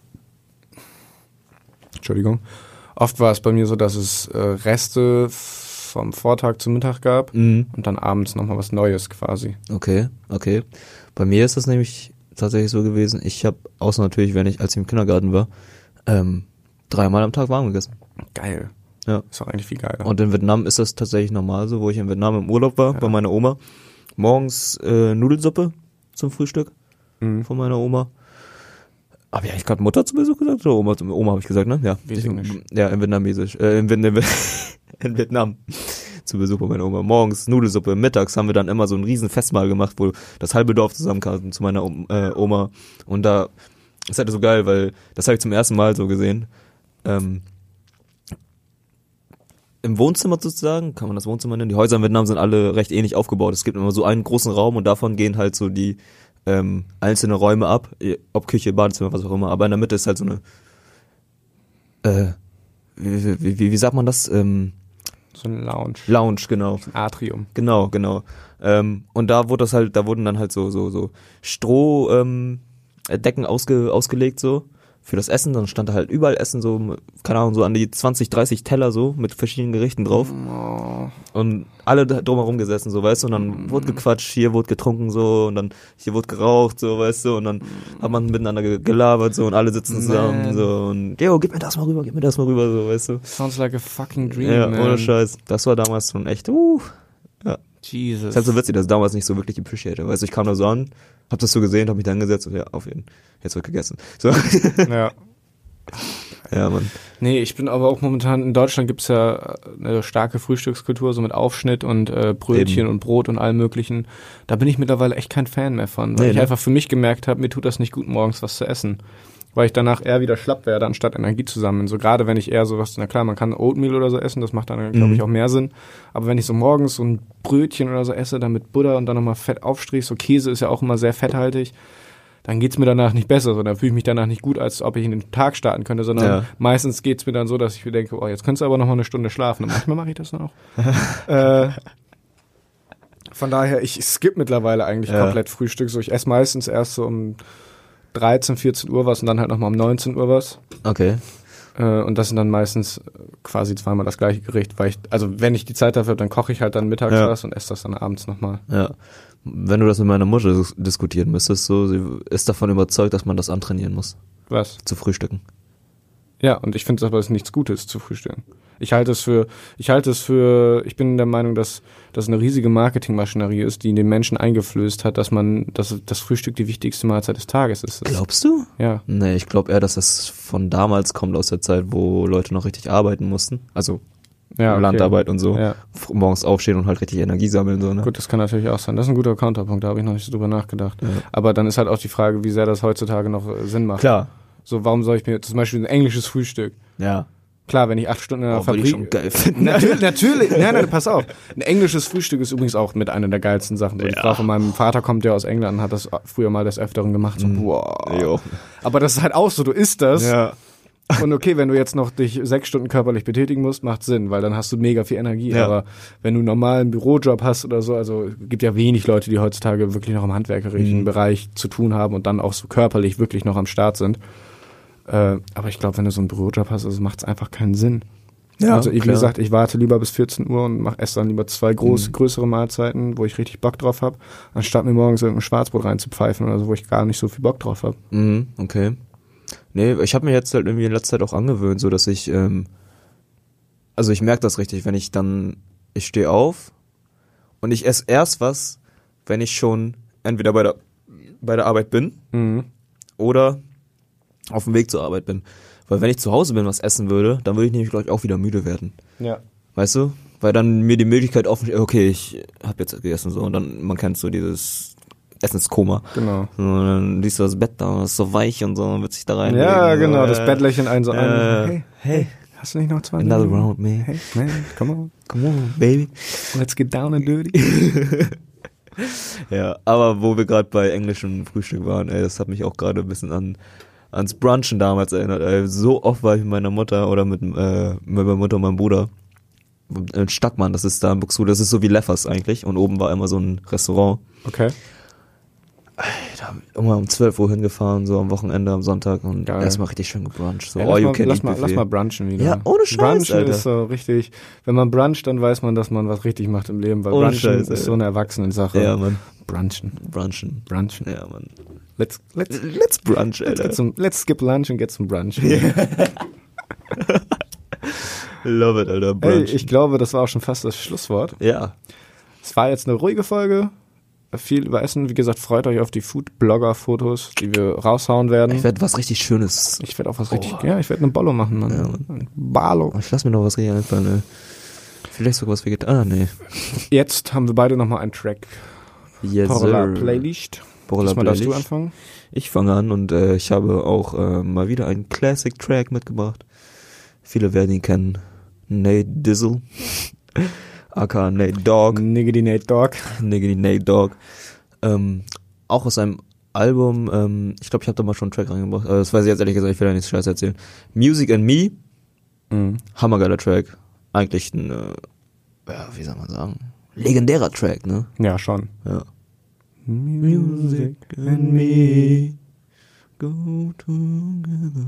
war es bei mir so, dass es Reste vom Vortag zum Mittag gab und dann abends nochmal was Neues quasi. Okay. Bei mir ist das nämlich tatsächlich so gewesen, ich habe, außer natürlich, als ich im Kindergarten war, 3-mal am Tag warm gegessen. Geil. Ja. Ist auch eigentlich viel geiler. Und in Vietnam ist das tatsächlich normal so, wo ich in Vietnam im Urlaub war, bei meiner Oma. Morgens Nudelsuppe zum Frühstück von meiner Oma. Habe ich eigentlich gerade Mutter zu Besuch gesagt oder Oma? Oma habe ich gesagt, ne? Ja. Ja, in Vietnamesisch. In Vietnam zu Besuch bei meiner Oma. Morgens Nudelsuppe, mittags haben wir dann immer so ein riesen Festmahl gemacht, wo das halbe Dorf zusammenkam zu meiner Oma. Und da ist halt so geil, weil das habe ich zum ersten Mal so gesehen. Im Wohnzimmer sozusagen, kann man das Wohnzimmer nennen. Die Häuser in Vietnam sind alle recht ähnlich aufgebaut. Es gibt immer so einen großen Raum und davon gehen halt so die einzelne Räume ab, ob Küche, Badezimmer, was auch immer. Aber in der Mitte ist halt so eine wie sagt man das? So ein Lounge. Lounge, genau. Atrium. Genau. Und da wurden dann halt so Stroh Decken ausgelegt so für das Essen. Dann stand da halt überall Essen so, keine Ahnung, so an die 20, 30 Teller so mit verschiedenen Gerichten drauf. Oh. Und alle drumherum gesessen, so, weißt du, und dann wurde gequatscht, hier wurde getrunken, so, und dann hier wurde geraucht, so, weißt du, und dann hat man miteinander gelabert, so, und alle sitzen zusammen, so, und, yo, gib mir das mal rüber, so, weißt du. Sounds like a fucking dream, Ja, man. ohne Scheiß. Das war damals schon echt, ja. Jesus. Das ist halt so witzig, dass ich damals nicht so wirklich appreciated, weißt du, ich kam da so an, hab das so gesehen, hab mich da hingesetzt und ja, auf jeden Fall, jetzt wird gegessen. So. Ja. Ja, Mann. Nee, ich bin aber auch momentan, in Deutschland gibt's ja eine starke Frühstückskultur, so mit Aufschnitt und Brötchen Eben. und Brot und allem möglichen. Da bin ich mittlerweile echt kein Fan mehr von, weil ich einfach für mich gemerkt habe, mir tut das nicht gut, morgens was zu essen. Weil ich danach eher wieder schlapp werde, anstatt Energie zu sammeln. So gerade wenn ich eher sowas, na klar, man kann Oatmeal oder so essen, das macht dann, glaube ich, auch mehr Sinn. Aber wenn ich so morgens so ein Brötchen oder so esse, dann mit Butter und dann nochmal Fett aufstrich, so Käse ist ja auch immer sehr fetthaltig, dann geht's mir danach nicht besser, sondern fühle ich mich danach nicht gut, als ob ich in den Tag starten könnte, sondern meistens geht's mir dann so, dass ich mir denke, oh, jetzt könntest du aber noch mal eine Stunde schlafen. Und manchmal mache ich das dann auch. Von daher, ich skippe mittlerweile eigentlich komplett Frühstück. So, ich esse meistens erst so um 13, 14 Uhr was und dann halt nochmal um 19 Uhr was. Okay. Und das sind dann meistens quasi zweimal das gleiche Gericht, weil also wenn ich die Zeit dafür habe, dann koche ich halt dann mittags was und esse das dann abends nochmal. Ja. Wenn du das mit meiner Mutter diskutieren müsstest, so, sie ist davon überzeugt, dass man das antrainieren muss. Was? Zu frühstücken. Ja, und ich finde aber, es ist nichts Gutes zu frühstücken. Ich bin der Meinung, dass das eine riesige Marketingmaschinerie ist, die in den Menschen eingeflößt hat, dass das Frühstück die wichtigste Mahlzeit des Tages ist. Glaubst du? Ja. Nee, ich glaube eher, dass das von damals kommt, aus der Zeit, wo Leute noch richtig arbeiten mussten. Also Landarbeit und so. Ja. Morgens aufstehen und halt richtig Energie sammeln. So, ne? Gut, das kann natürlich auch sein. Das ist ein guter Counterpunkt, da habe ich noch nicht so drüber nachgedacht. Ja. Aber dann ist halt auch die Frage, wie sehr das heutzutage noch Sinn macht. Klar. So, warum soll ich mir zum Beispiel ein englisches Frühstück? Ja. Klar, wenn ich 8 Stunden in der Würde Fabrik... ich schon geil finden. Natürlich. Nein, pass auf. Ein englisches Frühstück ist übrigens auch mit einer der geilsten Sachen. So, die Frau von meinem Vater kommt ja aus England und hat das früher mal des Öfteren gemacht. So, boah. Jo. Aber das ist halt auch so, du isst das. Ja. Und okay, wenn du jetzt noch dich 6 Stunden körperlich betätigen musst, macht Sinn, weil dann hast du mega viel Energie. Ja. Aber wenn du einen normalen Bürojob hast oder so, also gibt ja wenig Leute, die heutzutage wirklich noch im handwerkerischen Bereich zu tun haben und dann auch so körperlich wirklich noch am Start sind. Aber ich glaube, wenn du so einen Bürojob hast, also macht es einfach keinen Sinn. Ja, also wie klar. gesagt, ich warte lieber bis 14 Uhr und esse dann lieber 2 größere Mahlzeiten, wo ich richtig Bock drauf habe, anstatt mir morgens irgendein Schwarzbrot reinzupfeifen oder so, wo ich gar nicht so viel Bock drauf habe. Mhm, okay. Nee, ich habe mir jetzt halt irgendwie in letzter Zeit auch angewöhnt, so dass ich, also ich merke das richtig, wenn ich stehe auf und ich esse erst was, wenn ich schon entweder bei der Arbeit bin oder auf dem Weg zur Arbeit bin. Weil wenn ich zu Hause bin, was essen würde, dann würde ich nämlich, glaube ich, auch wieder müde werden. Ja. Weißt du? Weil dann mir die Möglichkeit offen steht, okay, ich habe jetzt gegessen so und dann, man kennt so dieses Essenskoma. Genau. Und dann liest du das Bett da, das ist so weich und so, und wird sich da rein. Ja, genau, das Bettlächeln ein so an. Hey, hast du nicht noch 20 another Minuten? round, man. Hey, man, come on, baby. Let's get down and dirty. Ja, aber wo wir gerade bei englischem Frühstück waren, ey, das hat mich auch gerade ein bisschen ans Brunchen damals erinnert. Ey. So oft war ich mit meiner Mutter oder mit meiner Mutter und meinem Bruder in Stackmann, das ist da in Buxtehude, das ist so wie Leffers eigentlich und oben war immer so ein Restaurant. Okay. Da haben wir immer um 12 Uhr hingefahren, so am Wochenende, am Sonntag und erstmal richtig schön gebruncht. So, ja, lass mal brunchen wieder. Ja, ohne Scheiß, Brunchen Alter. ist so richtig, wenn man bruncht, dann weiß man, dass man was richtig macht im Leben, weil Ohne Brunchen Scheiß, ist so eine Erwachsenensache. Ja, Mann. Brunchen. Ja, Mann. Let's brunch, Alter. Let's skip lunch and get some brunch. Love it, Alter. Brunch. Hey, ich glaube, das war auch schon fast das Schlusswort. Ja. Es war jetzt eine ruhige Folge. Viel über Essen. Wie gesagt, freut euch auf die Food-Blogger-Fotos, die wir raushauen werden. Ich werde was richtig Schönes. Ich werde auch was richtig. Ja, ich werde eine Bollo machen, Mann. Ja, Ein Barlo. Ich lass mir noch was richtig einfallen, ey. Vielleicht sogar was vegetarisch. Nee. Jetzt haben wir beide nochmal einen Track. Yes, Porla sir. Playlist. Porla Diesmal darfst du Playlist. anfangen. Ich fange an und ich habe auch mal wieder einen Classic-Track mitgebracht. Viele werden ihn kennen. Nate Dizzle. aka Nate Dogg. Niggity Nate Dogg. Niggity Nate Dogg. Auch aus seinem Album, ich glaube, ich habe da mal schon einen Track reingebracht. Das weiß ich jetzt ehrlich gesagt, ich will da nichts Scheiß erzählen. Music and Me. Hammergeiler Track. Eigentlich ein, wie soll man sagen, legendärer Track, ne? Ja, schon. Ja. Music and me. go together.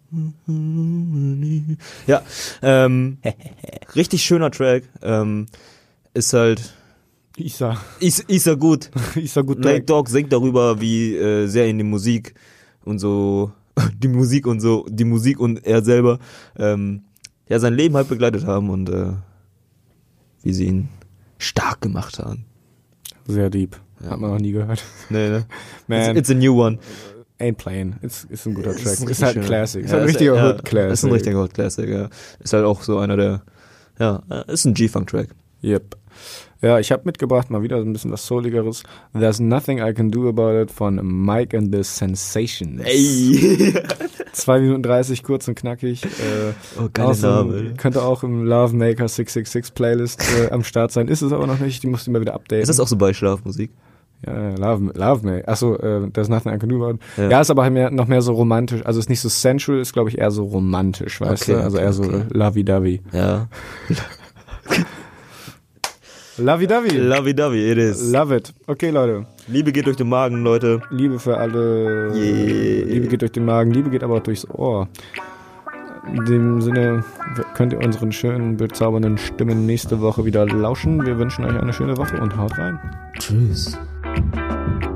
Ja, richtig schöner Track. Ist halt Isa gut. Isa gut. Nate Dogg singt darüber, wie sehr ihn die Musik und die Musik und er selber ja sein Leben halt begleitet haben und wie sie ihn stark gemacht haben. Sehr deep. Ja. Hat man noch nie gehört. Nee, ne? Man, it's a new one. Ain't playing. Ist ein guter Track. Ist halt ein Classic. Ist halt ein richtiger Hood-Classic. Ist ein richtiger Hood-Classic, ja. Ist halt auch so einer der, ist ein G-Funk-Track. Yep. Ja, ich habe mitgebracht mal wieder so ein bisschen was Souligeres. There's Nothing I Can Do About It von Mike and the Sensations. Ey! 2 Minuten 30, kurz und knackig. Geiler Name. Könnte auch im Love Maker 666 Playlist am Start sein. Ist es aber noch nicht. Die musst du mal wieder updaten. Ist das auch so bei Schlafmusik? Ja, Love Maker. Achso, There's Nothing I Can Do About It. Ja, ist aber halt noch mehr so romantisch. Also ist nicht so sensual, ist glaube ich eher so romantisch, weißt du? Also eher so lovey-dovey. Ja. Lovey-dovey. Lovey-dovey, it is. Love it. Okay, Leute. Liebe geht durch den Magen, Leute. Liebe für alle. Yeah. Liebe geht durch den Magen, Liebe geht aber auch durchs Ohr. In dem Sinne könnt ihr unseren schönen, bezaubernden Stimmen nächste Woche wieder lauschen. Wir wünschen euch eine schöne Woche und haut rein. Tschüss.